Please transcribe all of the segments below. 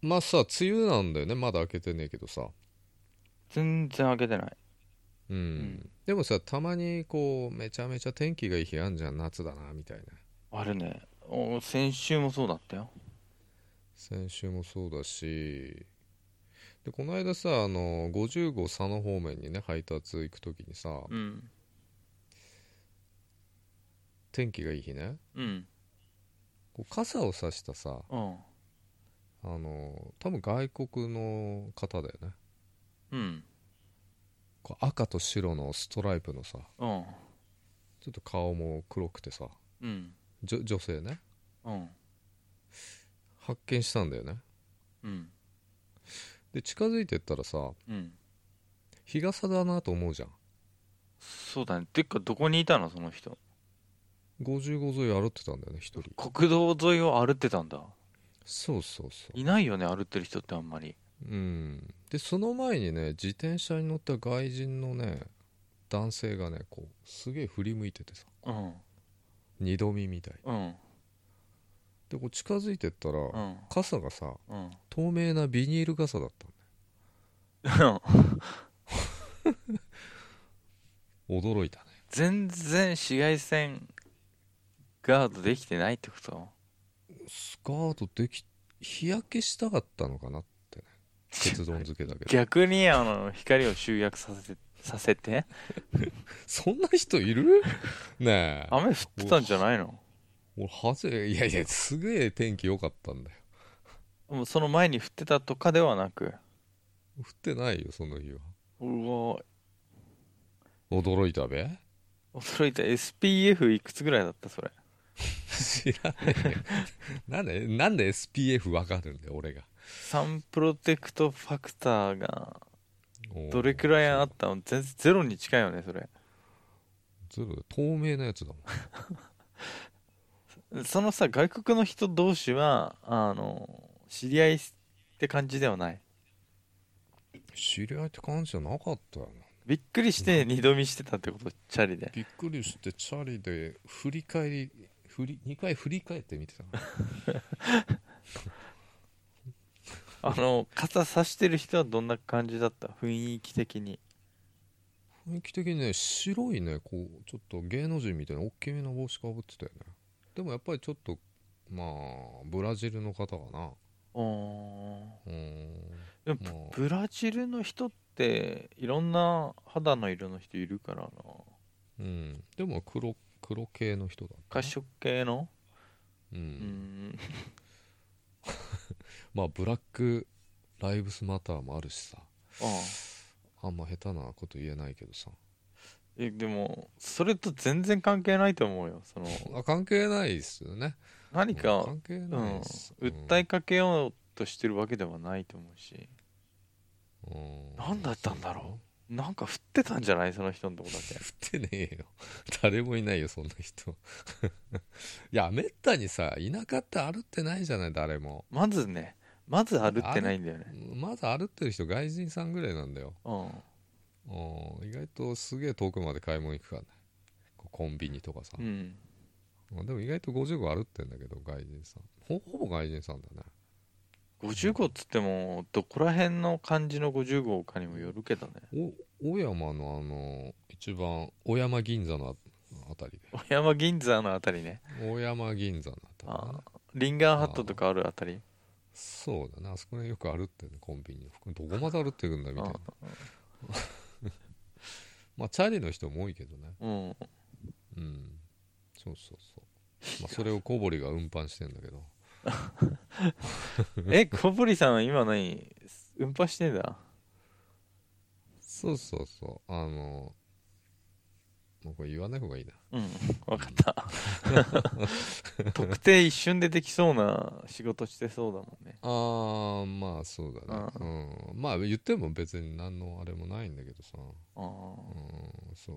まあさ、梅雨なんだよね。まだ開けてねえけどさ。 全然開けてない。 うん。 うん。 でもさ、たまにこう、めちゃめちゃ天気がいい日あんじゃん。夏だな、みたいな。 あるね。先週もそうだったよ。 先週もそうだし、で、この間さ、50号佐野方面にね、配達行くときにさ、 うん。 天気がいい日ね、 うん。 こう傘を差したさ、 うん。 多分外国の方だよね。 うん。 こう赤と白のストライプのさ、 うん。 ちょっと顔も黒くてさ、 うん。 女性ね、 うん。 発見したんだよね。 うん。 で、近づいてったらさ、 うん。 日傘だなと思うじゃん。 そうだね。てっか、どこにいたのその人。 55沿い歩ってたんだよね、一人。 国道沿いを歩ってたんだ。 そうそうそいないよね、歩ってる人ってあんまり。 う。うん。で、その前にね、自転車に乗った外人のね、男性がね、こう、すげえ振り向いててさ、 うん。 二度見みたい。 うん。 で、こう近づいてったら、 うん。 傘がさ、 うん。 透明なビニール傘だったんだよ。驚いたね。 全然紫外線ガードできてないってこと？ スカート日焼けしたかったのかなってね。結論付けだけど。 逆に光を集約させてそんな人いる？ねえ。 雨降ってたんじゃないの？ いやいや、すげえ天気良かったんだよ。 もうその前に降ってたとかではなく。 降ってないよ、その日は。 うわ、 驚いたべ。 驚いた。 SPF いくつぐらいだったそれ？ 知らねえよ。なんで SPF わかるんだよ、俺が。 サンプロテクトファクターがおお、 どれくらいそう。 あったの？全然ゼロに近いよねそれ。 ゼロで透明なやつだもん。 そのさ、外国の人同士は知り合いって感じではない？ 知り合いって感じじゃなかったよびっくりしな。 て二度見してたってこと？チャリで？ びっくりしてチャリで2回振り返って見てた。 傘さしてる人はどんな感じだった？雰囲気的に。 雰囲気的にね、白いね、こうちょっと芸能人みたいな大きめな帽子かぶってたよね。でもやっぱりちょっと、まあブラジルの方かな。 うーん。 うーん。 でもまあ、 ブラジルの人っていろんな肌の色の人いるからな。 うん、でも黒系の人だったな。 褐色系の。 ううーん。 ん。 まあブラックライブスマターもあるしさ、 ああ。 あんま下手なこと言えないけどさ。 でも、それと全然関係ないと思うよ。 関係ないっすよね。うん、 何か、 関係うん、 ないっす。う訴えん。 かけようとしてるわけではないと思うし。 うん、 何だったんだろそうなの？ う。なんか降ってたんじゃないその人のとこだけ。 降ってねえよ。誰もいないよ、そんな人。いや、めったにさ、田舎って歩ってないじゃない、誰も。 まずね、まず歩ってな歩いんだよね。 まず歩ってる人外人さんぐらいなんだよ。 うん。 意外とすげえ遠くまで買い物行くからね。コンビニとかさ。 うん。 でも意外と50号歩ってんだけど、外人さん。ほぼ外人さんだね。 50号っつっても、どこら辺の漢字の50号かにもよるけどね。 小山の一番、小山銀座のあたりで。 小山銀座のあたりね。 大山銀座のあたりだね。 ああ、リンガーハットとああ、 かあるあたり。 そうだね。あそこら辺よく歩ってるね、コンビニ。どこまで歩ってるんだみたいな。 ああ、 まあ、チャリの人も多いけどね。 うん。 うん。そうそうそう。まあ、それを小堀が運搬してんだけど。 小堀さんは今運搬してんだ。 そうそうそう。もうこれ言わない方がいいな。 うん、わかった。特定一瞬でできそうな仕事してそうだもんね。 ああ、まあそうだね。 あうん。まあ言っても別に何のあれもないんだけどさ。うあ、 ん、そう。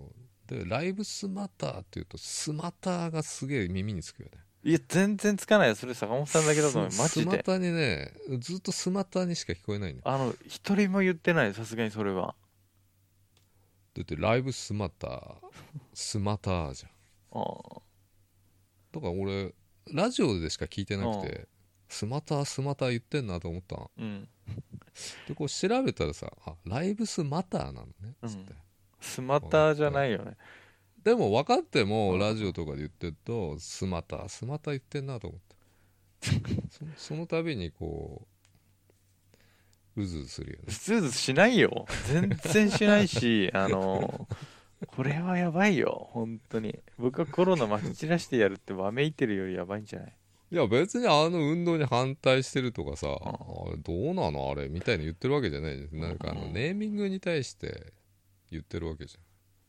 で、ライブスマターっていうと、スマターがすげえ耳につくよね。 いや、全然つかないよ。それ坂本さんだけだと思う。マジで。 スマタにね、ずっとスマタにしか聞こえないんだよ。 一人も言ってない。さすがにそれは。 だってライブスマター、スマターじゃん。 あだから俺、ラジオでしか聞いてなくあ、 て、 スマター言ってんなと思ったのうんでこう調べたらさ、あ、ライブスマターなのねうんつって、 スマターじゃないよね。 でも分かってうんもラジオとかで言ってるとスマター言ってんなと思ってその度にこううずうずするよね。 普通しないよ。全然しないし、これはやばいよ、本当に。僕はコロナまき散らしてやるってわめいてるよりやばいんじゃない？ いや別にあの運動に反対してるとかさ、 んあれどうなのあれみたいに言ってるわけじゃない。なんかうんネーミングに対して言ってるわけじゃん。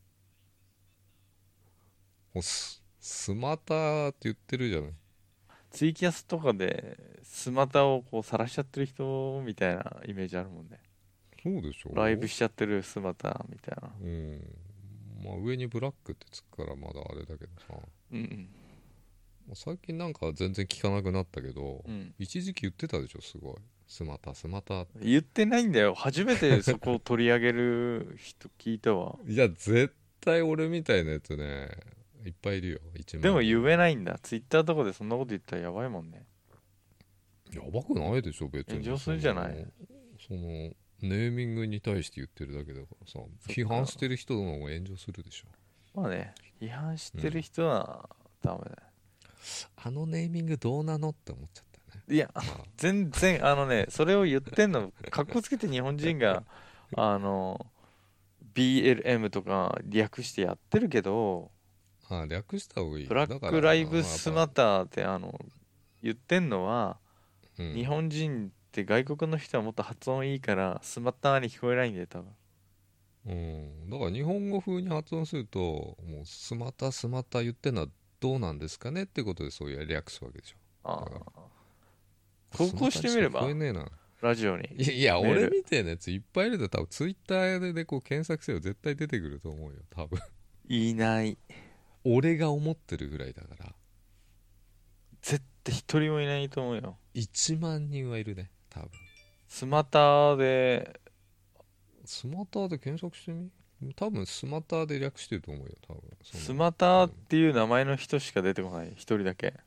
もうスマターって言ってるじゃない。 ツイキャスとかでスマタをこう晒しちゃってる人みたいなイメージあるもんね。 そうでしょ。 ライブしちゃってるスマタみたいな。 うん。まあ上にブラックってつくからまだあれだけどさ、 うん最近なんか全然聞かなくなったけど、 うん。 一時期言ってたでしょ、すごい。スマタって。 言ってないんだよ。初めてそこを取り上げる人聞いたわ。 いや絶対俺みたいなやつねいっぱいいるよ。1万でも言えないんだ。ツイッターとかでそんなこと言ったらやばいもんね。 やばくないでしょ別に。 炎上するじゃない。 そのネーミングに対して言ってるだけだからさ、批判してる人の方が炎上するでしょ。 まあね、批判してる人はダメだよ。 あのネーミングどうなのって思っちゃったね。 いや、 まあ全然、それを言ってんの、かっこつけて日本人が、BLM とか略してやってるけど、 略した方がいい。 ブラックライブスマターって言ってんのは、 うん日本人って外国の人はもっと発音いいからスマターに聞こえないんだよ多分。 だから日本語風に発音するともうスマタ言ってんのはどうなんですかねってことでそういう略すわけでしょ。 あだからあ、投稿してみればスマタにしか聞こえねえな。 ラジオに。 いやメール俺みたいなやついっぱいいると多分ツイッターでこう検索すれば絶対出てくると思うよ多分。 いない。 俺が思ってるぐらいだから絶対一人もいないと思うよ。 1万人はいるね多分。 スマターで、 スマターで検索してみ。多分スマターで略してると思うよ多分。 スマターっていう名前の人しか出てこない。一人だけ。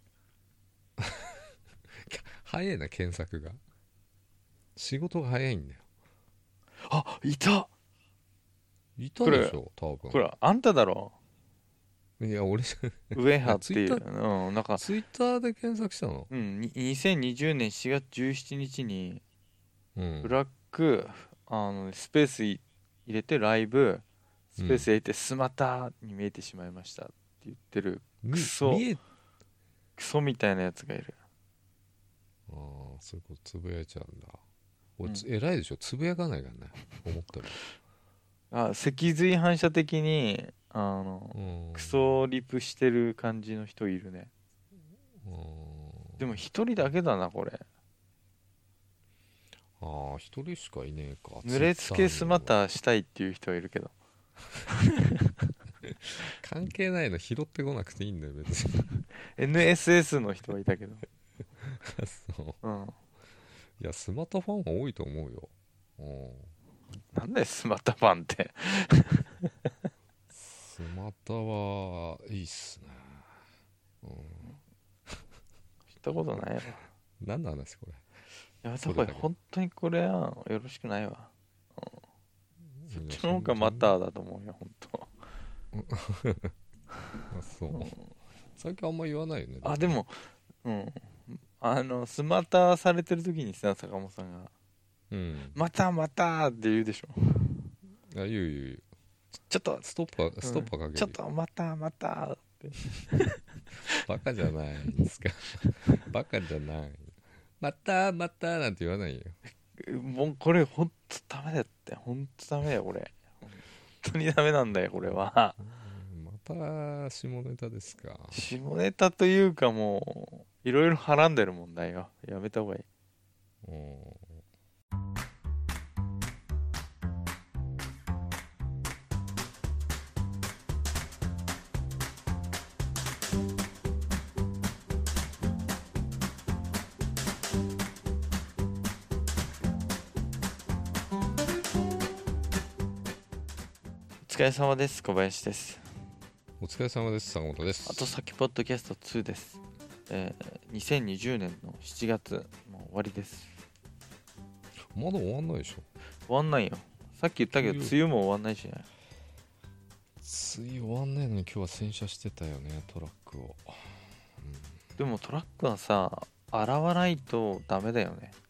早いな検索が。仕事が早いんだよ。 あ、いた。 いたでしょ多分。 これ、あんただろ。 いや俺ウェハっていう。 ツイッうん、なんか、 ツイッターで検索したの。 2020年4月17日に、 うんブラック、スペース入れてライブ、スペース入れてスマターに見えてしまいましたって言ってるクソ見えクソみたいなやつがいる。 ああそういうことつぶやいちゃうんだ。俺、 うん偉いでしょつぶやかないからね思ったら。 脊髄反射的にうんクソリプしてる感じの人いるね。でも一人だけだなこれ。 ああ一人しかいねえか。 濡れつけスマーターしたいっていう人はいるけど。 関係ないの拾ってこなくていいんだよ別に。 NSS の人はいたけど。 そううん。 いやスマタファンは多いと思うよ。 なんだよスマタファンって。 スマタはいいっすね。 知ったことないわ。 何の話これ。 やめた方がいい。本当にこれはよろしくないわ。そっちの方がマターだと思うよ本当。 あそう最近あんま言わないよね。 でもスマターされてる時にさ坂本さんがうんまたまたって言うでしょ。 言うちょっとストッパーかける、 ちょっとまたまたってバカじゃないですか。バカじゃない。またなんて言わないよ。 もうこれほんとダメだって。ほんとダメだよこれ。本当にダメなんだよこれは。 また下ネタですか。 下ネタというかもういろいろはらんでる問題よ。やめた方がいい。お疲れ様です。小林です。 お疲れ様です。坂本です。 あと先ポッドキャスト2です。 2020年の7月もう終わりです。 まだ終わんないでしょ。 終わんないよ。さっき言ったけど梅雨も終わんないしね。 梅雨終わんないのに今日は洗車してたよね、トラックを。 でもトラックはさ洗わないとダメだよね。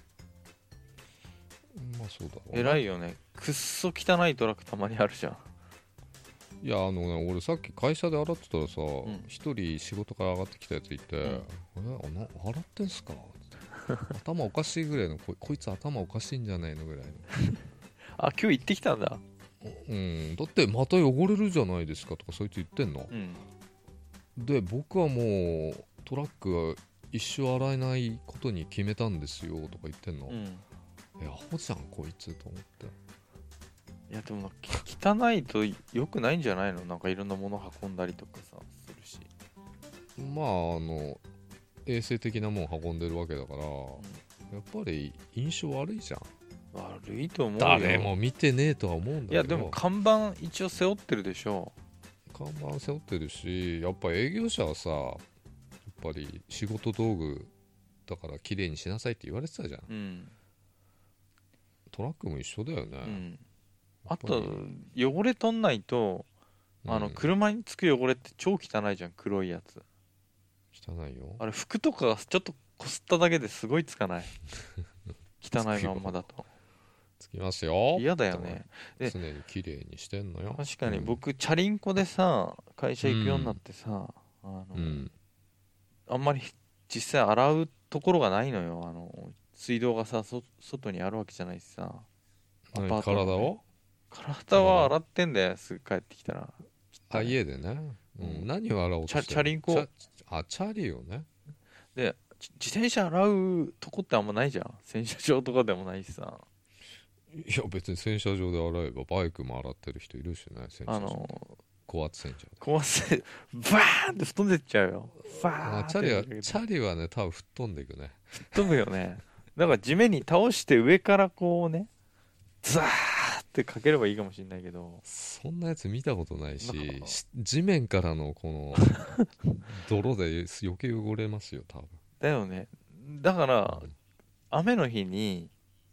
まあそうだろうな。 偉いよね。くっそ汚いトラックたまにあるじゃん。 いや俺さっき会社で洗ってたらさ、 ん一人仕事から上がってきたやついて、洗ってんすかって頭おかしいぐらいのこいつ頭おかしいんじゃないのぐらいのあ、今日行ってきたんだ。 だってまた汚れるじゃないですかとかそいつ言ってんの、で僕はもうトラックが一生洗えないことに決めたんですよとか言ってんの、アホじゃんこいつと思って。 いやでも汚いと良くないんじゃないの。なんかいろんなもの運んだりとかさするし。 まあ衛生的なもん運んでるわけだから、やっぱり印象悪いじゃん。 悪いと思うよ。 誰も見てねえとは思うんだけど。 いやでも看板一応背負ってるでしょ。 看板背負ってるし、やっぱ営業者はさ、やっぱり仕事道具だから綺麗にしなさいって言われてたじゃん、トラックも一緒だよね、 あと汚れ取んないと、車につく汚れって超汚いじゃん、黒いやつ。 汚いよ。 あれ服とかがちょっとこすっただけですごいつかない汚いまんまだとつきますよ。 嫌だよね。 で常に綺麗にしてんのよ。 確かに僕、チャリンコでさ会社行くようになってさ、あんまり実際洗うところがないのよ。水道がさ外にあるわけじゃないしさ。アパートのね、体は洗ってんだよ、すぐ帰ってきたら。 家でね、何を洗おうとしてるの。 チャリンコ。 チャリをね。 で自転車洗うとこってあんまないじゃん、洗車場とかでもないしさ。 いや別に洗車場で洗えばバイクも洗ってる人いるしね。洗車場高圧洗車でバーンって吹っ飛んでっちゃうよ。 チャリはね多分吹っ飛んでいくね。 吹っ飛ぶよね。だから地面に倒して上からこうねザーってかければいいかもしれないけど、 そんなやつ見たことないし、地面からのこの泥で余計汚れますよ多分。 だよね。だから、雨の日に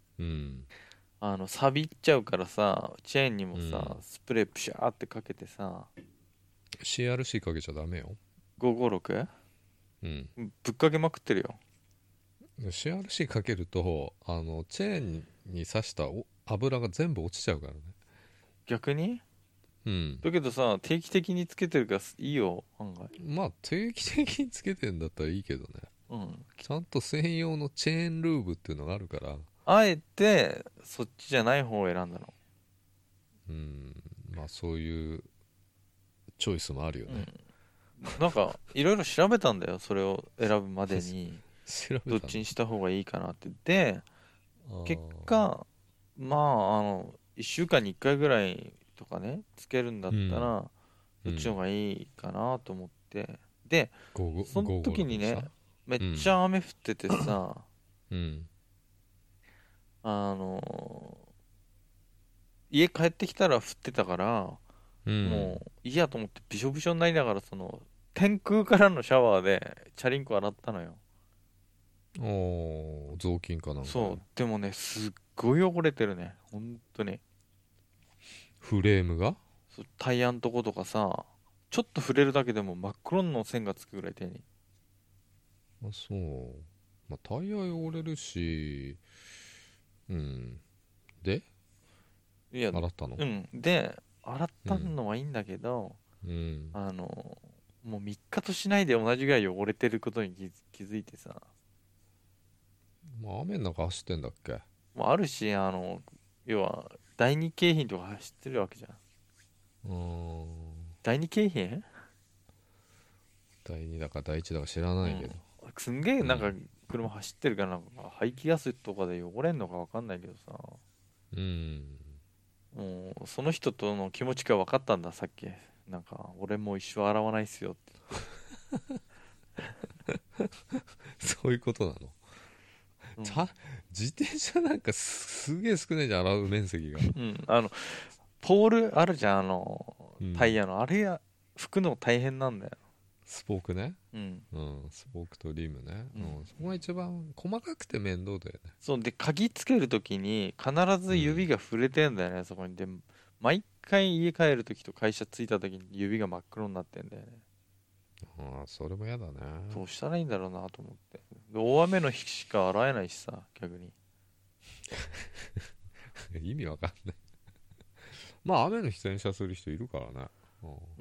錆びっちゃうからさ、チェーンにもさ、スプレープシャーってかけてさ、 CRC かけちゃダメよ。 556？ ぶっかけまくってるよ。 CRC かけるとチェーンに刺した油が全部落ちちゃうからね。 逆にだけどさ、定期的につけてるからいいよ案外。 まあ定期的につけてんだったらいいけどね、ちゃんと専用のチェーンルーブっていうのがあるから。 あえてそっちじゃない方を選んだの。 まあそういうチョイスもあるよね、 なんかいろいろ調べたんだよ、それを選ぶまでにどっちにした方がいいかなって。で結果まあ1週間に1回ぐらいとかねつけるんだったら、どっちの方がいいかなと思って、でその時にねめっちゃ雨降っててさ、家帰ってきたら降ってたから、もういいやと思ってびしょびしょになりながらその天空からのシャワーでチャリンコ洗ったのよ。 雑巾かなんか。 そう。でもねすっごい汚れてるね本当に。 フレームがタイヤのとことかさ、ちょっと触れるだけでも真っ黒の線がつくぐらい手に。 そう、まあ、タイヤ汚れるし、でいや洗ったの？ で洗ったのはいいんだけど、もう3日としないで同じぐらい汚れてることに気づいてさ。 まあ雨の中走ってんだっけ？ もあるし、要は第二京浜とか走ってるわけじゃん。第二京浜？ 第2だか第1だか知らないけど、 すんげえなんか車走ってるからなんか排気ガスとかで汚れんのか分かんないけどさ、もうその人との気持ちが分かったんださっき。なんか俺もう一生洗わないっすよってそういうことなの？自転車なんかすげえ少ないじゃん、洗う面積が。 ポールあるじゃん、タイヤのあれや拭くの大変なんだよ。 スポークね、 うん、 スポークとリムね、 うん、 そこが一番細かくて面倒だよね。 そうで、鍵つけるときに必ず指が触れてんだよね、そこに。で、毎回家帰るときと会社着いたときに指が真っ黒になってんだよね。 ああ、それも嫌だね。 どうしたらいいんだろうなと思って。で、大雨の日しか洗えないしさ、逆に。 意味わかんない。まあ雨の日洗車する人いるからね。 うん。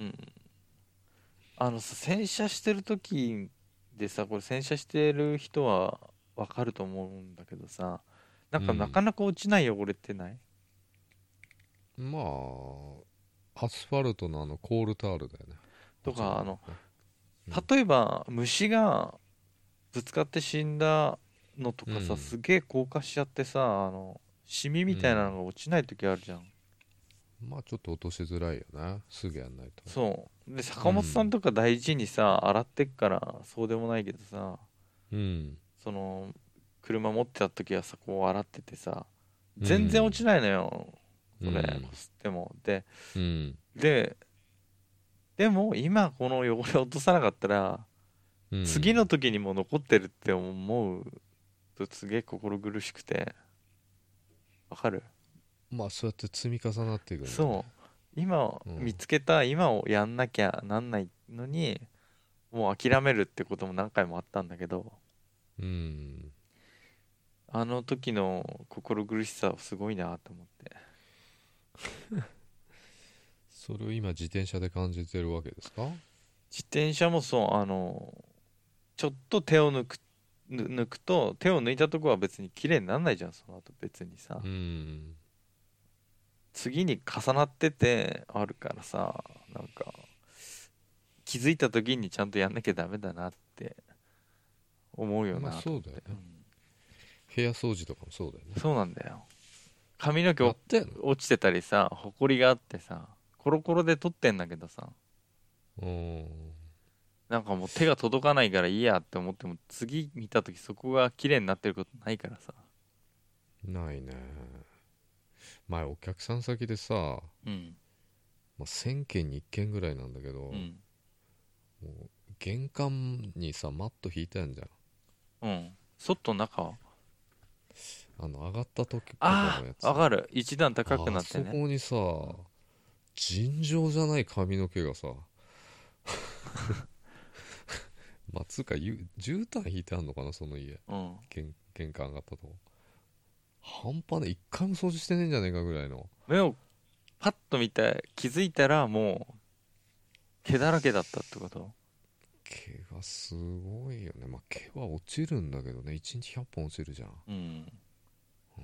洗車してるときでさ、これ洗車してる人はわかると思うんだけどさ、なんかなかなか落ちない汚れってない？ まあアスファルトのコールタールだよね。 とか、 うん、 例えば虫がぶつかって死んだのとかさ、 うん、 すげえ硬化しちゃってさ、シミみたいなのが落ちないときあるじゃん。 まあちょっと落としづらいよね、すぐやんないと。 そうで、坂本さんとか大事にさ洗ってっからそうでもないけどさ、 うん、 その車持ってた時はさ、こう洗っててさ、 う全然落ん、 ちないのよ、それ、 うん、 こすっても。で、 うん、 で、でも今この汚れ落とさなかったら、 うん。 次の時にも残ってるって思うとすげえ心苦しくて、わかる？ まあそうやって積み重なっていくんだよね。 そう。今うん、 見つけた今をやんなきゃなんないのに、もう諦めるってことも何回もあったんだけど、 うん。 あの時の心苦しさはすごいなと思って。 それを今自転車で感じてるわけですか？ 自転車もそう、ちょっと手を抜くと、手を抜いたとこは別に綺麗にならないじゃん、その後別にさ。 うん。 次に重なっててあるからさ、なんか気づいた時にちゃんとやんなきゃダメだなって思うよまあなと思って。 そうだよね。部屋掃除とかもそうだよね。 そうなんだよ。髪の毛やってんの？ 落ちてたりさ、ほこりがあってさ、コロコロで取ってんだけどさ、 うん。 なんかもう手が届かないからいいやって思っても、次見た時そこが綺麗になってることないからさ。 ないね。前お客さん先でさ、 うん。 まあ、1000件に1件ぐらいなんだけど、もうん。 う玄関にさマット引いてんじゃん。 うん。外中は？ 上がった時とかああ、 のやつ。 わかる。一段高くあなってね。 そこにさ、尋常じゃない髪の毛がさ、まあつうか絨毯引いてあんのかな、その家。 うん。 玄関上がったとこ半端ね、一回も掃除してねえんじゃねえかぐらいの。 目をパッと見て気づいたらもう毛だらけだったってこと？ 毛がすごいよね。まあ毛は落ちるんだけどね、1日100本落ちるじゃん。 うん。 うん。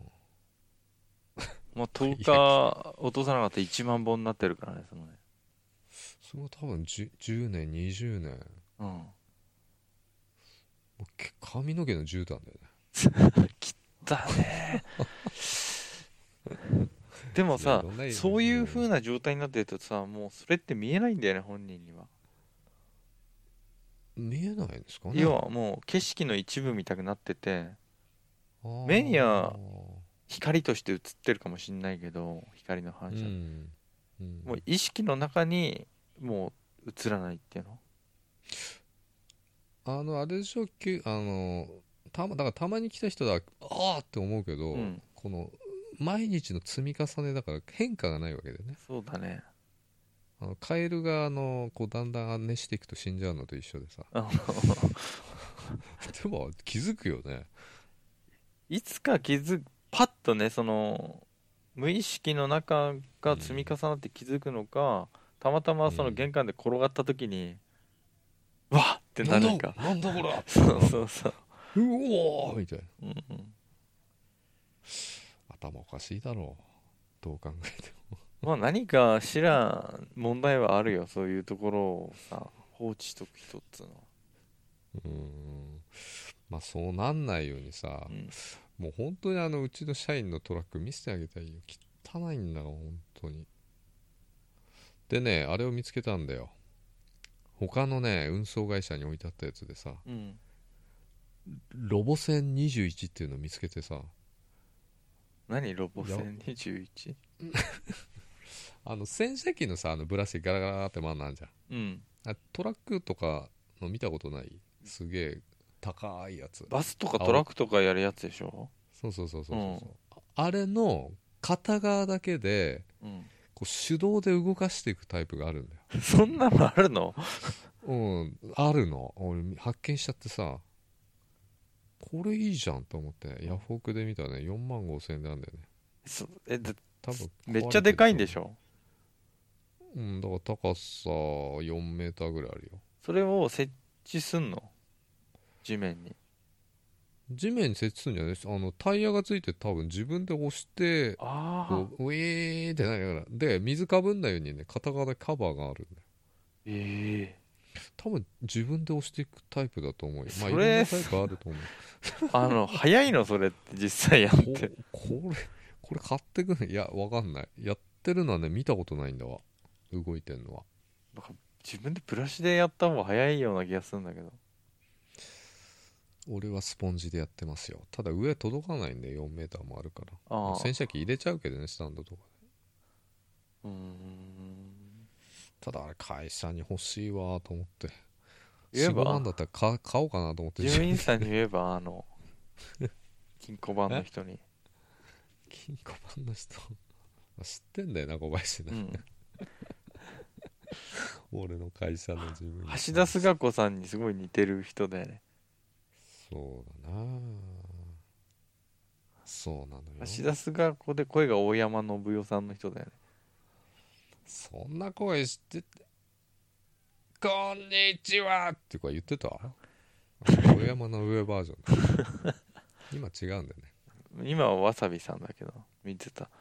もう10 いや、 日落とさなかったら1万本になってるからね、そのね。 それは多分10年20年、 うん。 もう髪の毛の絨毯だよね。 だね。でもいや、いさ、 ろんな、うそういう風ん、 な状態になってるとさ、もうそれって見えないんだよね、本人には。 見えないんですかね。 要はもう景色の一部見たくなってて、 あ目にはあ、 光として映ってるかもしんないけど、光の反う射。 ん、うん。 もう意識の中にもう映らないっていうの。 あれでしょ、だからたまに来た人はああって思うけど、 うん。 この毎日の積み重ねだから変化がないわけだよね。 そうだね。 カエルがこうだんだん熱していくと死んじゃうのと一緒でさ。 あのでも気づくよね。 いつかパッとね、無意識の中が積みうん、 重なって気づくのか、たまたまそのうん。 玄関で転がった時に、わっってなんだなるか。 なんだこれそうそうそう。 うおーみたいな。 うんうん。 頭おかしいだろう、どう考えても。 まあ何かしら問題はあるよ。そういうところをさ、放置しとく人っつうのは。 うーん。まあそうなんないようにさ、 うん。 もう本当にうちの社員のトラック見せてあげたいよ。汚いんだから本当に。でね、あれを見つけたんだよ。他のね運送会社に置いてあったやつでさ、 うん。 ロボ線21っていうのを見つけてさ、 何ロボいや、 線 21？ 洗車機のさ、ブラシガラガラって回んなんじゃん。 うん。 トラックとかの見たことない？すげえ高いやつ。 バスとかトラックとかやるやつでしょ。 そうそうそうそうそう、あれの片側だけでこう手動で動かしていくタイプがあるんだよ。 そんなのあるの？ あるの。俺発見しちゃってさ、これいいじゃんと思ってヤフオクで見たらね、4万5千円であるんだよね。多分めっちゃでかいんでしょ。 だから高さ4メーターぐらいあるよ。 それを設置すんの？地面に設置するんじゃない？タイヤがついて多分自分で押してこうウィーってなりながらで、水かぶんないようにね、片側でカバーがあるんだよ。多分自分で押していくタイプだと思うよ。まあいろんなタイプあると思う。 早いのそれって実際やってこれ買ってくんの？いやわかんない。やってるのはね見たことないんだわ、動いてんのは。 なんか自分でブラシでやった方が早いような気がするんだけど。 俺はスポンジでやってますよ。ただ上届かないんで4メーターもあるから、洗車機入れちゃうけどね、スタンドとかで。ただあれ会社に欲しいわと思って、4、5万だったら買おうかなと思って。 事務員さんに言えば金庫番の人に。 金庫番の人知ってんだよな、小林な、俺の会社の事務員。 橋田壽賀子さんにすごい似てる人だよね。 そうだな、そうなのよ。 橋田壽賀子で声が大山信代さんの人だよね。 そんな声してて、こんにちはって言ってた。大山の上バージョン今違うんだよね。今はわさびさんだけど見てた。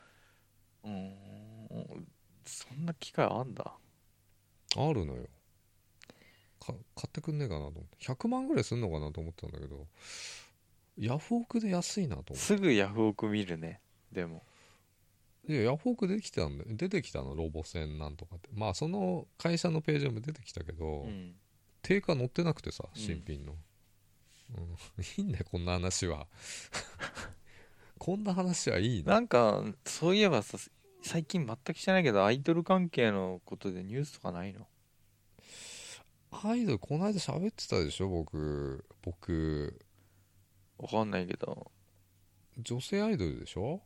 そんな機会あんだ。 あるのよ。買ってくんねえかなと思って。100万ぐらいすんのかなと思ったんだけど、ヤフオクで安いなと思って。 すぐヤフオク見るね。でもヤフオク出てきたの、ロボ戦なんとかって。まあその会社のページも出てきたけど、定価載ってなくてさ、新品の、いいんだよこんな話はこんな話はいいの。 なんかそういえばさ、最近全く知らないけどアイドル関係のことでニュースとかないの？ アイドルこの間喋ってたでしょ、僕わかんないけど。 女性アイドルでしょ。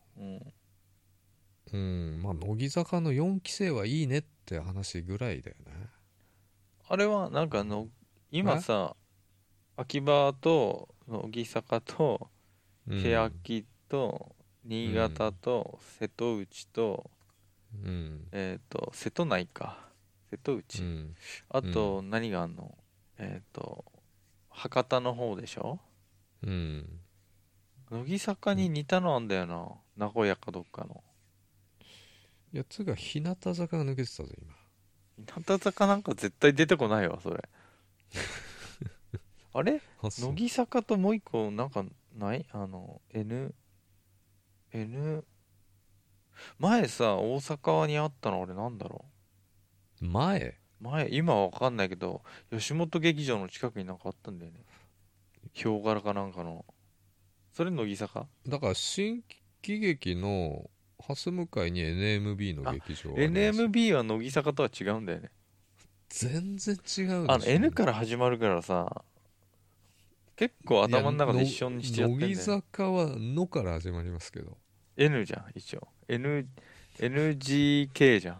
まあ乃木坂の4期生はいいねって話ぐらいだよね。 あれはなんか今さ、秋葉と乃木坂と欅と新潟と瀬戸内と、瀬戸内か、瀬戸内、あと何があんの、博多の方でしょ。乃木坂に似たのあんだよな、名古屋かどっかのやつが日向坂が抜けてたぞ今。 日向坂なんか絶対出てこないわそれあれ乃木坂ともう一個なんかない前さ大阪にあったの、あれなんだろう。前今は分かんないけど、吉本劇場の近くになんかあったんだよね、ヒョウ柄かなんかの。それ乃木坂だから新喜劇の蓮向かいに NMB の劇場があります。 NMB は乃木坂とは違うんだよね。 全然違うでしょ。 N から始まるからさ、結構頭の中で一緒にしてやってんだよ、ね、 乃木坂は「の」から始まりますけど N じゃん一応。NGK じゃん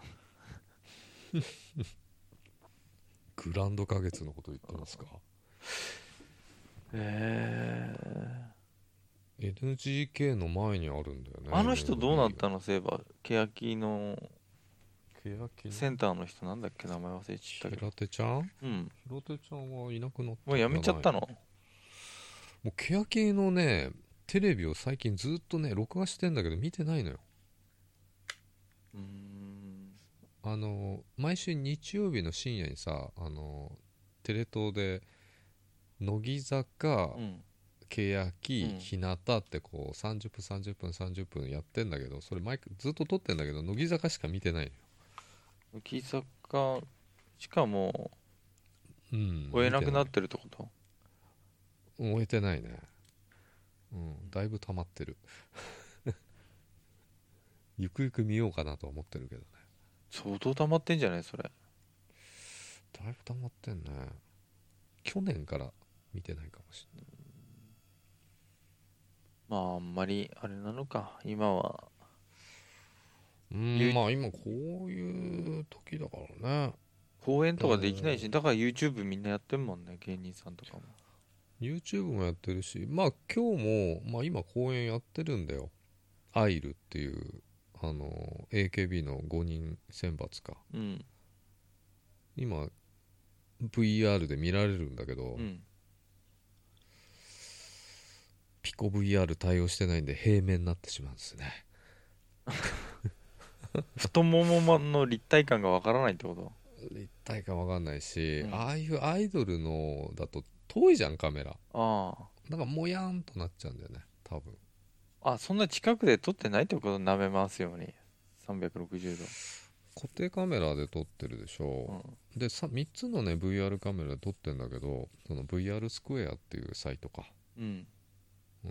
グランド花月のこと言ってますか。NGK の前にあるんだよね。 あの人どうなったの？そういえば欅のセンターの人なんだっけ、名前忘れちゃったけど。 平手ちゃん？ 平手ちゃんはいなくなった。 もうやめちゃったの？ もう欅のねテレビを最近ずっとね録画してんだけど見てないのよ。毎週日曜日の深夜にさ、テレ東で乃木坂、欅、日向ってこう30分やってんだけど、それずっと撮ってんだけど乃木坂しか見てないのよ。 乃木坂しかも追えなくなってるってこと？ 追えてないね。だいぶ溜まってるゆくゆく見ようかなとは思ってるけどね。 相当溜まってんじゃないそれ。 だいぶ溜まってんね。去年から見てないかもしれない。 まああんまりあれなのか今は。 まあ今こういう時だからね。 公演とかできないし、だから YouTube みんなやってんもんね、芸人さんとかも。 YouTube もやってるし、まあ今日も、まあ今公演やってるんだよ。アイルっていうAKB の5人選抜か、 うん、 今 VR で見られるんだけど、 うん、 ピコ VR 対応してないんで平面になってしまうんですね。 太ももの立体感がわからないってこと？ 立体感わかんないし、 うん、 ああいうアイドルのだと遠いじゃんカメラ。 あなんかもやんとなっちゃうんだよね多分。 あ、そんな近くで撮ってないってこと？舐めますように360度。 固定カメラで撮ってるでしょ、 うん、 で3つのね VR カメラで撮ってんだけど、その VR スクエアっていうサイトか、 うん、 うん、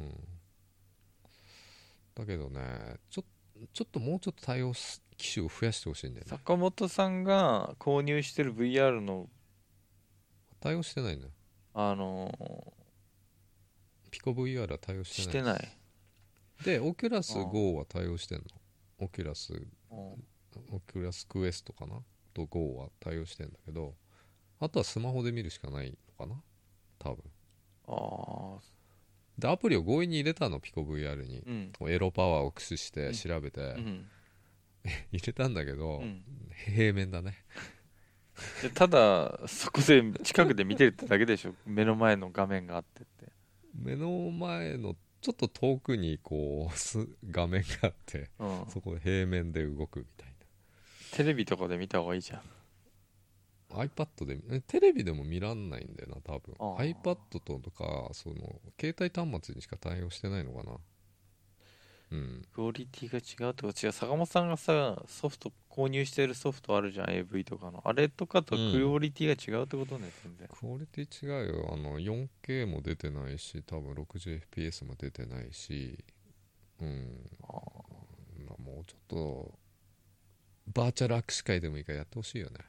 だけどねちょっともうちょっと対応機種を増やしてほしいんだよね。 坂本さんが購入してる VR の対応してないんだよ。 あのーピコ VR は対応してないです。 してない。 でオキュラスあ GO は対応してんの。オキュラスあ、 オキュラスクエストかなと GO は対応してんだけど、あとはスマホで見るしかないのかな多分。 ああ、 でアプリを強引に入れたのピコ VR に、 うん、 エロパワーを駆使して調べて、 うん、 入れたんだけど、 うん。 平面だね。 でただそこで近くで見てるってだけでしょ、目の前の画面があってって。 目の前のちょっと遠くにこう画面があって、 うん、 そこで平面で動くみたいテレビとかで見た方がいいじゃん。 な。 iPad でテレビでも見らんないんだよな多分。 あ iPad とかその携帯端末にしか対応してないのかな。うん。 クオリティが違うってこと？違う、坂本さんがさ、ソフト、購入してるソフトあるじゃん、AV とかの。あれとかとクオリティが違うってことね、全然。 クオリティ違うよ。4K も出てないし多分 60fps も出てないし、うん、 ああ、 まあもうちょっとバーチャル握手会でもいいからやってほしいよね。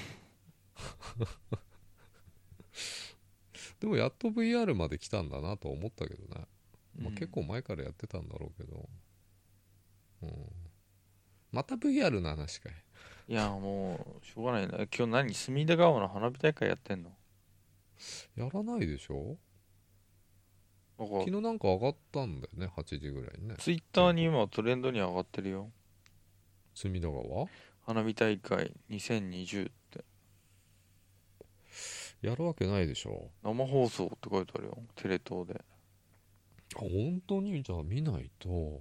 でもやっと VR まで来たんだなと思ったけどね、まあ、結構前からやってたんだろうけど、うん、また VR の話かい。 いや、もう、しょうがないな。今日何、隅田川の花火大会やってんの？ やらないでしょ。 なんか、 昨日なんか上がったんだよね、8時ぐらいにね。 ツイッターに今トレンドに上がってるよ。 隅田川花火大会2020って。 やるわけないでしょ。 生放送って書いてあるよ。テレ東で。 あ本当に？じゃあ見ないと。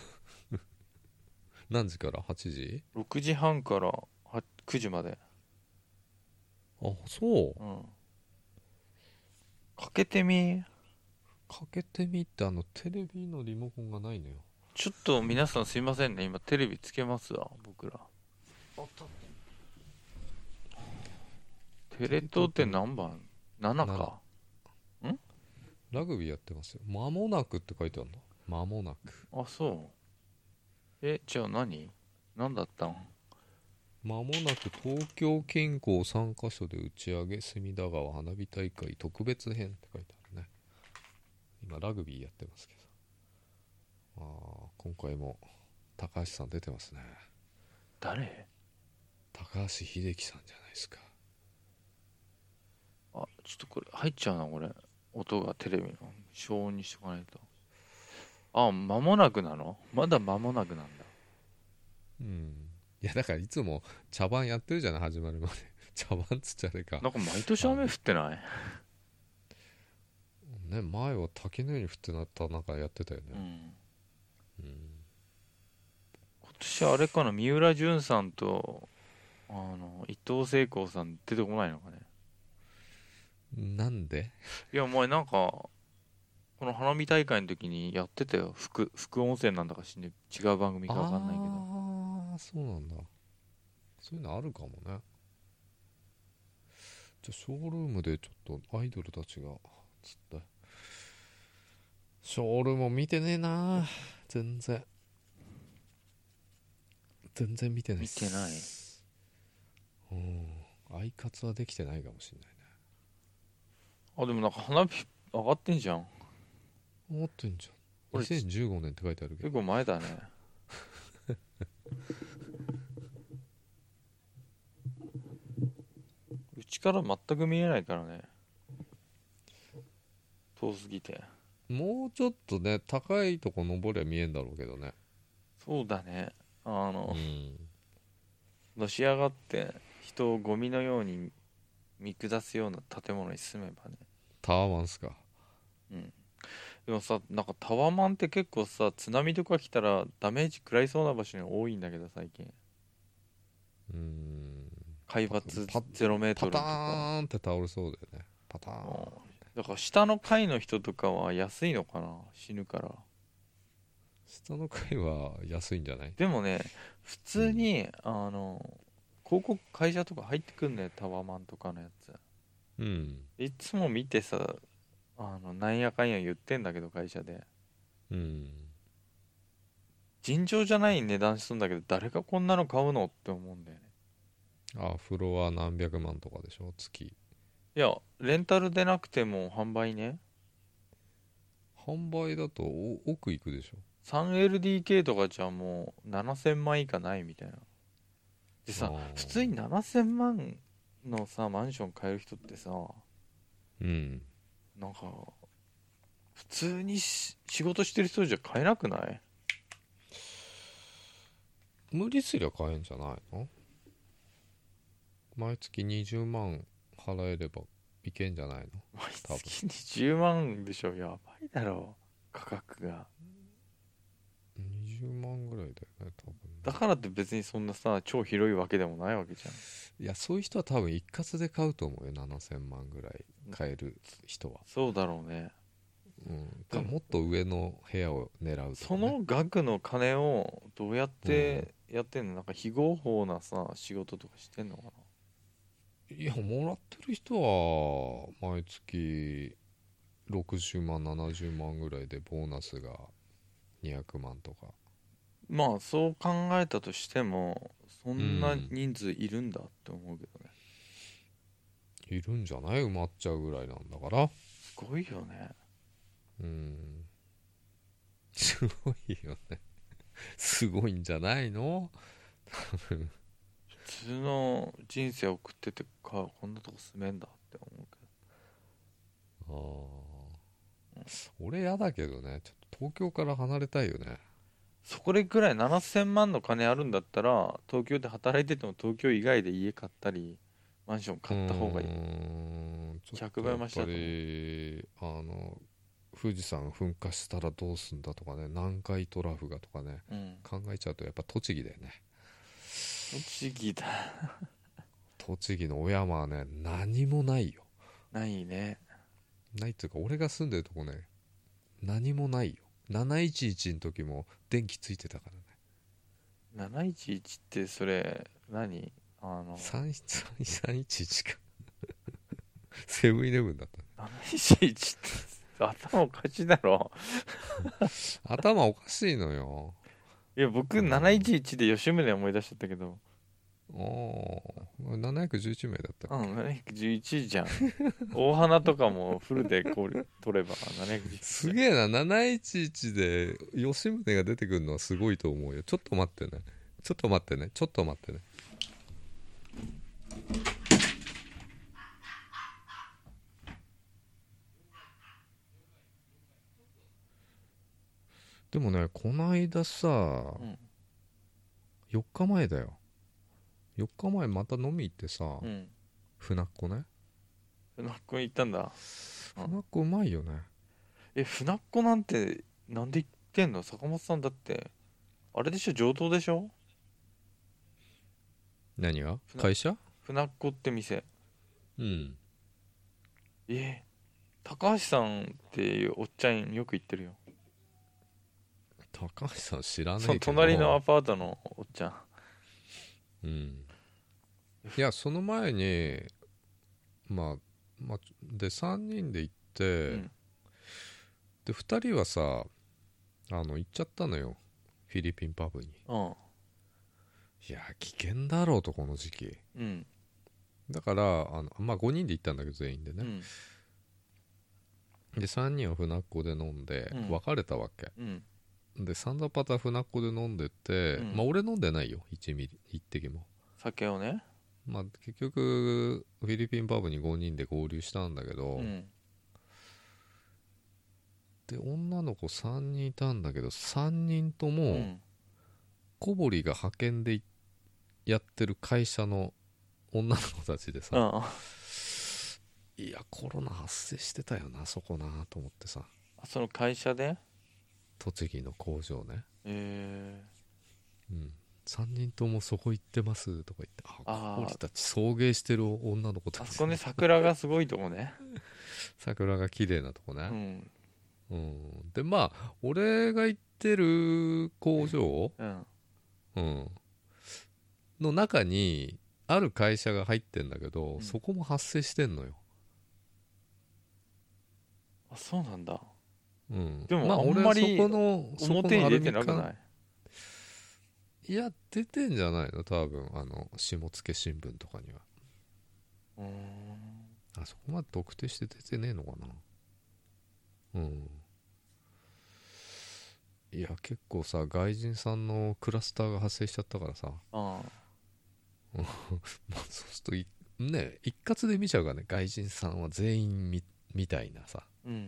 何時から？ 8 時？ 6時半から9時まで。 あそう。 うん。かけてみ。 かけてみて、テレビのリモコンがないのよ。 ちょっと皆さんすいませんね。今テレビつけますわ、僕ら。テレ東って何番？ 7 か。ん？ ラグビーやってますよ。間もなくって書いてあるの。間もなく。 あ、そう。じゃあ何だったん？ 間もなく東京近郊3カ所で打ち上げ隅田川花火大会特別編って書いてあるね。今ラグビーやってますけど、今回も高橋さん出てますね。 誰？ 高橋英樹さんじゃないですか。 あ、ちょっとこれ入っちゃうな、これ。音がテレビの。消音にしとかないと。あ、間もなくなの？まだ間もなくなんだ。 うん。いやだからいつも茶番やってるじゃない始まるまで。茶番っつっちゃあれか。 なんか毎年雨降ってない？ ね、前は滝のように降ってなった中やってたよね。 うん。 うん。 今年あれかな、三浦淳さんと、伊藤聖子さん出てこないのかね。 なんで？ いや、前なんか、この花火大会の時にやってたよ。副音声なんだかしんね、違う番組かわかんないけど。 ああそうなんだ。そういうのあるかもね。じゃあショールームでちょっとアイドルたちがつってショールームも見てねえな。全然見てないっ見てない。 す。うん。 アイカツはできてないかもしれないね。 あ、でもなんか花火上がってんじゃん。 上がってんじゃん。2015年って書いてあるけど。 結構前だね。うちから全く見えないからね。遠すぎて。 もうちょっとね、高いとこ登りゃ見えんだろうけどね。 そうだね。 うん。 のし上がって人をゴミのように見下すような建物に住めばね。 タワマンっすか。 うん。でもさ、なんかタワマンって結構さ、津波とか来たらダメージ食らいそうな場所に多いんだけど、最近。海抜0メートルとパタか。 ーンって倒れそうだよね。パターン。 だから下の階の人とかは安いのかな、死ぬから。 下の階は安いんじゃない？ でもね、普通に、広告会社とか入ってくんね、タワマンとかのやつ。 うん。 いつも見てさ、なんやかんや言ってんだけど、会社で。 うん。 尋常じゃない値段するんだけど、誰がこんなの買うのって思うんだよね。 あ、フロア何百万とかでしょ、月。 いや、レンタルでなくても販売ね。 販売だと奥行くでしょ。 3LDK とかじゃもう7000万以下ないみたいな。でさ、普通に7000万のさ、マンション買える人ってさ、 うん。 なんか、普通に仕事してる人じゃ買えなくない？ 無理すりゃ買えんじゃないの？毎月20万払えればいけんじゃないの？ 毎月20万でしょ。やばいだろ、価格が。 20万ぐらいだよね、多分ね。 だからって別にそんなさ、超広いわけでもないわけじゃん。 いや、そういう人は多分一括で買うと思うよ。7000万ぐらい買える人は。 そうだろうね。 もっと上の部屋を狙うとか、ね、 その額の金をどうやってやってんの？なんか非合法なさ、仕事とかしてんのかな？ いや、もらってる人は毎月60万70万ぐらいで、ボーナスが200万とか。 まあそう考えたとしても、そんな人数いるんだって思うけどね。 いるんじゃない？埋まっちゃうぐらいなんだから。 すごいよね。 すごいよね。すごいんじゃないの？ 普通の人生送っててか、こんなとこ住めんだって思うけど。俺やだけどね。ちょっと東京から離れたいよね。 そこでくらい7000万の金あるんだったら、東京で働いてても東京以外で家買ったりマンション買った方がいい。100倍増しだと思う。 やっぱり富士山噴火したらどうすんだとかね、南海トラフがとかね、考えちゃうとやっぱ栃木だよね。 栃木だ。 栃木の小山はね、何もないよ。 ないね。 ないっていうか、俺が住んでるとこね、何もないよ。711の時も電気ついてたからね。 711ってそれ何 311か。セブンイレブンだった、 ね、711って頭おかしいだろ。 頭おかしいのよ。 いや僕711で吉宗思い出しちゃったけど。 711名だったっけ。 711じゃん。大花とかもフルでこう取れば711。 すげえな。711で吉宗が出てくるのはすごいと思うよ。ちょっと待ってね。ちょっと待ってね。ちょっと待ってね。でもね、こないださ、4日前だよ。4日前また飲み行ってさ、船っ子ね。 船っ子行ったんだ。 船っ子うまいよね。 船っ子なんてなんで行ってんの？坂本さんだってあれでしょ、上等でしょ？ 何が？会社？ 船っ子って店。 うん。 高橋さんっていうおっちゃんよく行ってるよ。 高橋さん知らないけど。 その隣のアパートのおっちゃん。 いや、その前にで3人で行って、で2人はさ、行っちゃったのよ、フィリピンパブに。いや危険だろうと、この時期。 だからまあ5人で行ったんだけど全員でね、で3人は船子で飲んで別れたわけ、でサンダパタ船子で飲んでて、まあ俺飲んでないよ1ミリ1滴も酒をね。 まあ結局フィリピンパブに5人で合流したんだけど、で女の子3人いたんだけど3人とも、小堀が派遣でやってる会社の女の子たちでさ、いやコロナ発生してたよなそこなと思ってさ。 その会社で栃木の工場ね、3人ともそこ行ってますとか言って、小堀たち送迎してる女の子たち、 あそこね桜がすごいとこね桜が綺麗なとこね、でまあ俺が行ってる工場、の中にある会社が入ってんだけど、そこも発生してんのよ。 あ、そうなんだ。 でもまあ俺はそこの表に出てなくない？ いや出てんじゃないの多分下野新聞とかには。あそこまで特定して出てねえのかな。いや結構さ外人さんのクラスターが発生しちゃったからさ、まあそうするとね一括で見ちゃうからね、外人さんは全員みたいなさ、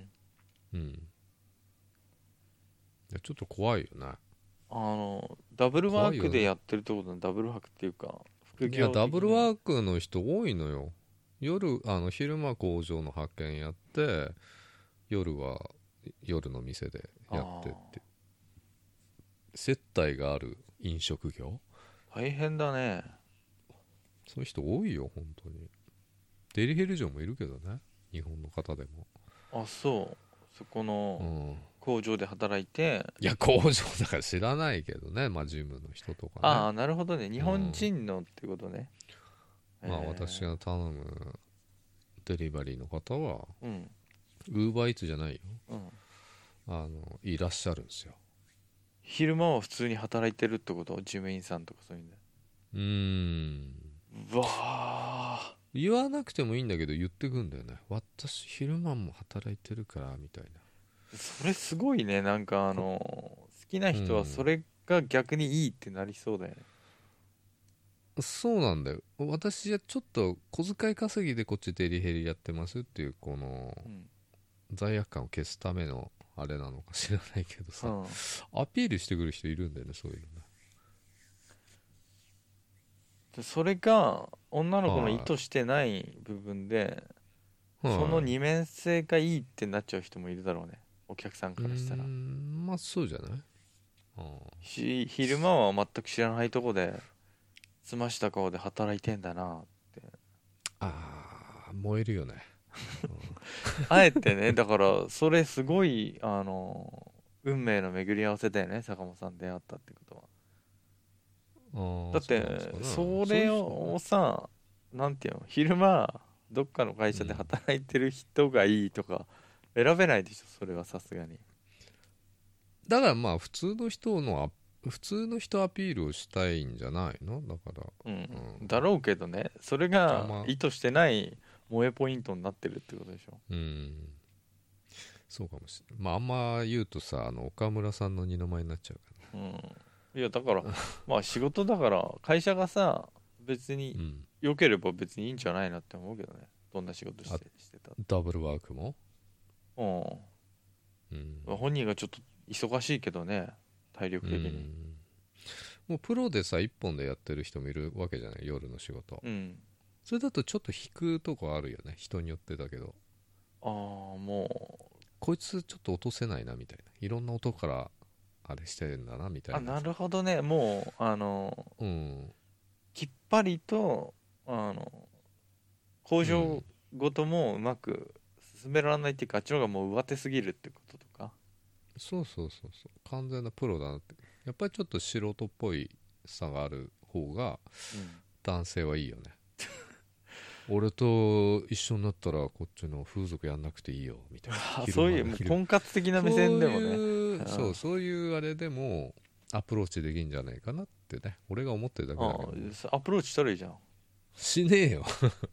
いやちょっと怖いよね。 ダブルワークでやってるってことね。ダブルワークっていうか副業。 いやダブルワークの人多いのよ。昼間工場の派遣やって夜は夜の店でやってって接待がある飲食業。 大変だね。 そういう人多いよ本当に。デリヘル嬢もいるけどね日本の方でも。 あ、そう。そこの工場で働いて、 いや工場だから知らないけどね、まあ事務の人とかね。 ああなるほどね、日本人のってことね。 まあ私が頼むデリバリーの方はウーバーイーツじゃないよ、いらっしゃるんですよ。 昼間は普通に働いてるってこと？事務員さんとかそういうんだ。うわあ、 言わなくてもいいんだけど言ってくんだよね。私昼間も働いてるからみたいな。 それすごいね。なんか好きな人はそれが逆にいいってなりそうだよね。 そうなんだよ。私はちょっと小遣い稼ぎでこっちデリヘリやってますっていうこの罪悪感を消すためのあれなのか知らないけどさ、アピールしてくる人いるんだよねそういうの。それが女の子の意図してない部分で、その二面性がいいってなっちゃう人もいるだろうね、お客さんからしたら。 まあそうじゃない。 昼間は全く知らないとこで澄ました顔で働いてんだなって。 燃えるよねあえてね。だからそれすごい運命の巡り合わせだよね、坂本さん出会ったってことは。だってそれをさ、なんていうの、昼間どっかの会社で働いてる人がいいとか選べないでしょ、それはさすがに。 だからまあ普通の人アピールをしたいんじゃないの。だからだろうけどね、それが意図してない萌えポイントになってるってことでしょ。 そうかもしれない。まああんま言うとさ岡村さんの二の舞になっちゃうから、 いやだからまあ仕事だから会社がさ別に良ければ別にいいんじゃないなって思うけどね、どんな仕事してた。 ダブルワークも本人がちょっと忙しいけどね、体力的に。 もうプロでさ一本でやってる人もいるわけじゃない、夜の仕事。それだとちょっと引くとこあるよね、人によってだけど。 もうこいつちょっと落とせないなみたいな、いろんな音からあれしてるんだなみたいな。 なるほどね。もうきっぱりと工場ごともうまく進められないっていうか、あっちの方がもう上手すぎるってこととか。 そう完全なプロだなって。やっぱりちょっと素人っぽいさがある方が男性はいいよね、俺と一緒になったらこっちの風俗やんなくていいよみたいなそういうもう婚活的な目線でもね、 そういうあれでもアプローチできんじゃないかなってね、俺が思ってるだけだけど。 アプローチしたらいいじゃん。 しねえよ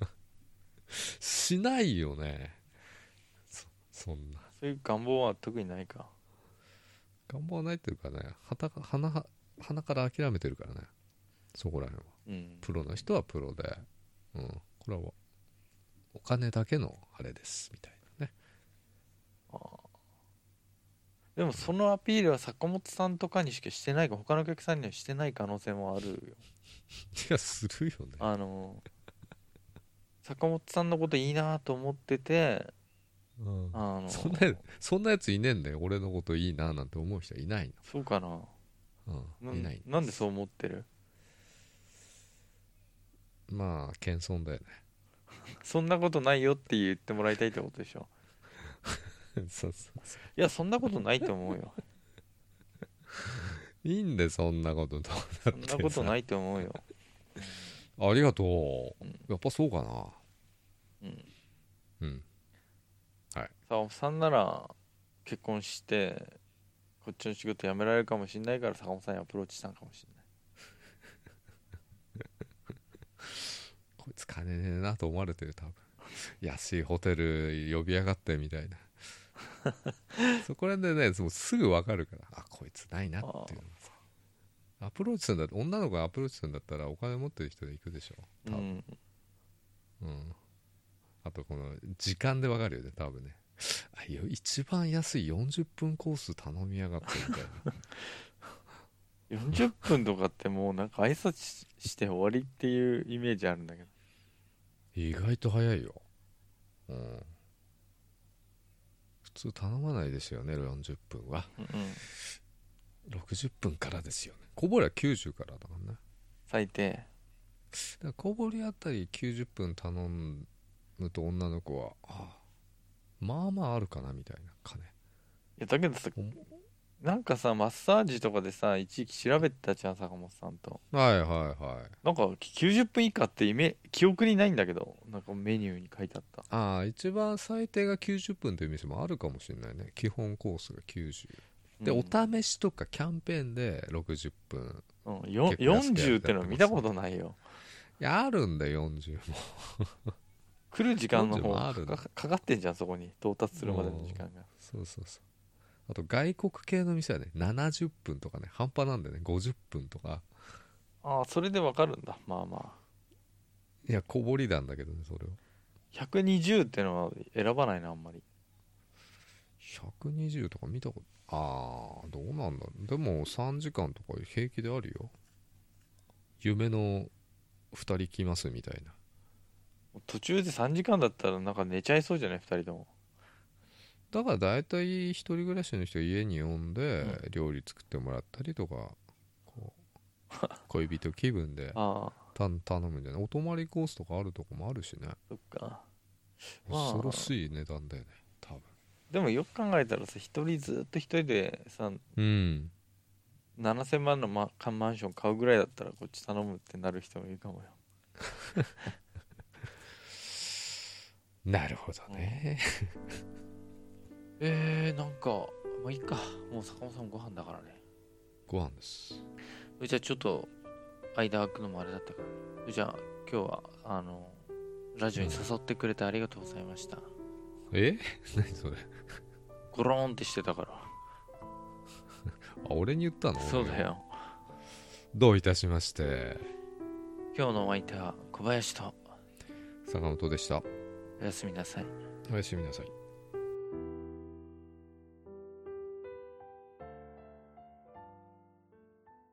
しないよね。そんなそういう願望は特にないか。 願望はないっていうかね、鼻から諦めてるからね、そこら辺は、 うん、 プロの人はプロで、うん、これはお金だけのあれですみたいなね。 でもそのアピールは坂本さんとかにしかしてないか、他のお客さんにはしてない可能性もあるよ。 いや、するよね。 坂本さんのこといいなと思ってて、 うん、そんなやついねえんだよ。俺のこといいななんて思う人はいないの。 そうかな。 いない。 なんでそう思ってる？ まあ謙遜だよねそんなことないよって言ってもらいたいってことでしょ。 そういや、そんなことないと思うよ。 いいんで、そんなことどうそんなことないと思うよ。 ありがとう、やっぱそうかな。はい。 坂本さんなら結婚してこっちの仕事辞められるかもしれないから坂本さんにアプローチしたんかもしれない。 こいつ金ねえなと思われてる、多分。安いホテル呼びやがってみたいなそこら辺でね、もうすぐ分かるから、あ、こいつないなっていうのさ。アプローチするんだって、女の子がアプローチするんだったらお金持ってる人で行くでしょ、多分。あとこの時間で分かるよね、多分ね。一番安い40分コース頼みやがってみたいな40分とかってもうなんか挨拶して終わりっていうイメージあるんだけど、 意外と早いよ。普通頼まないですよね、40分は。60分からですよね。小堀は90からだからね、 最低。 だから小堀あたり90分頼むと女の子はまあまああるかなみたいな金。 いやだけどさ、なんかさ、マッサージとかでさ、一時期調べてたじゃん、坂本さんと。 はいはいはい。 なんか90分以下って記憶にないんだけど、なんかメニューに書いてあった。 一番最低が90分という店もあるかもしれないね。基本コースが90で、お試しとかキャンペーンで60分、 40ってのは見たことないよ。 いや、あるんだよ、40も来る時間の方がかかってんじゃん、そこに到達するまでの時間が。 そうそうそう。あと外国系の店はね、70分とかね、半端なんでね、50分とか。 ああ、それでわかるんだ。まあまあ。 いや、小堀なんだけどね、それを。 120ってのは選ばないな、あんまり。 120とか見たこと、どうなんだろう。でも3時間とか平気であるよ。夢の2人来ますみたいな。 途中で3時間だったらなんか寝ちゃいそうじゃない、2人とも。 だから大体一人暮らしの人家に呼んで料理作ってもらったりとか、こう恋人気分で頼むんじゃない。お泊まりコースとかあるとこもあるしね。 そっか。 恐ろしい値段だよね、多分。 でもよく考えたらさ、ずっと一人でさ、7000万のマンション買うぐらいだったらこっち頼むってなる人もいるかもよなるほどね、 なんかまあいいか、もう坂本さんご飯だからね。 ご飯です。 じゃあちょっと間空くのもあれだったから、じゃあ今日はラジオに誘ってくれてありがとうございました。 何それゴローンってしてたから俺に言ったの？ そうだよ。 どういたしまして。 今日のお相手は小林と坂本でした。 おやすみなさい。 おやすみなさい。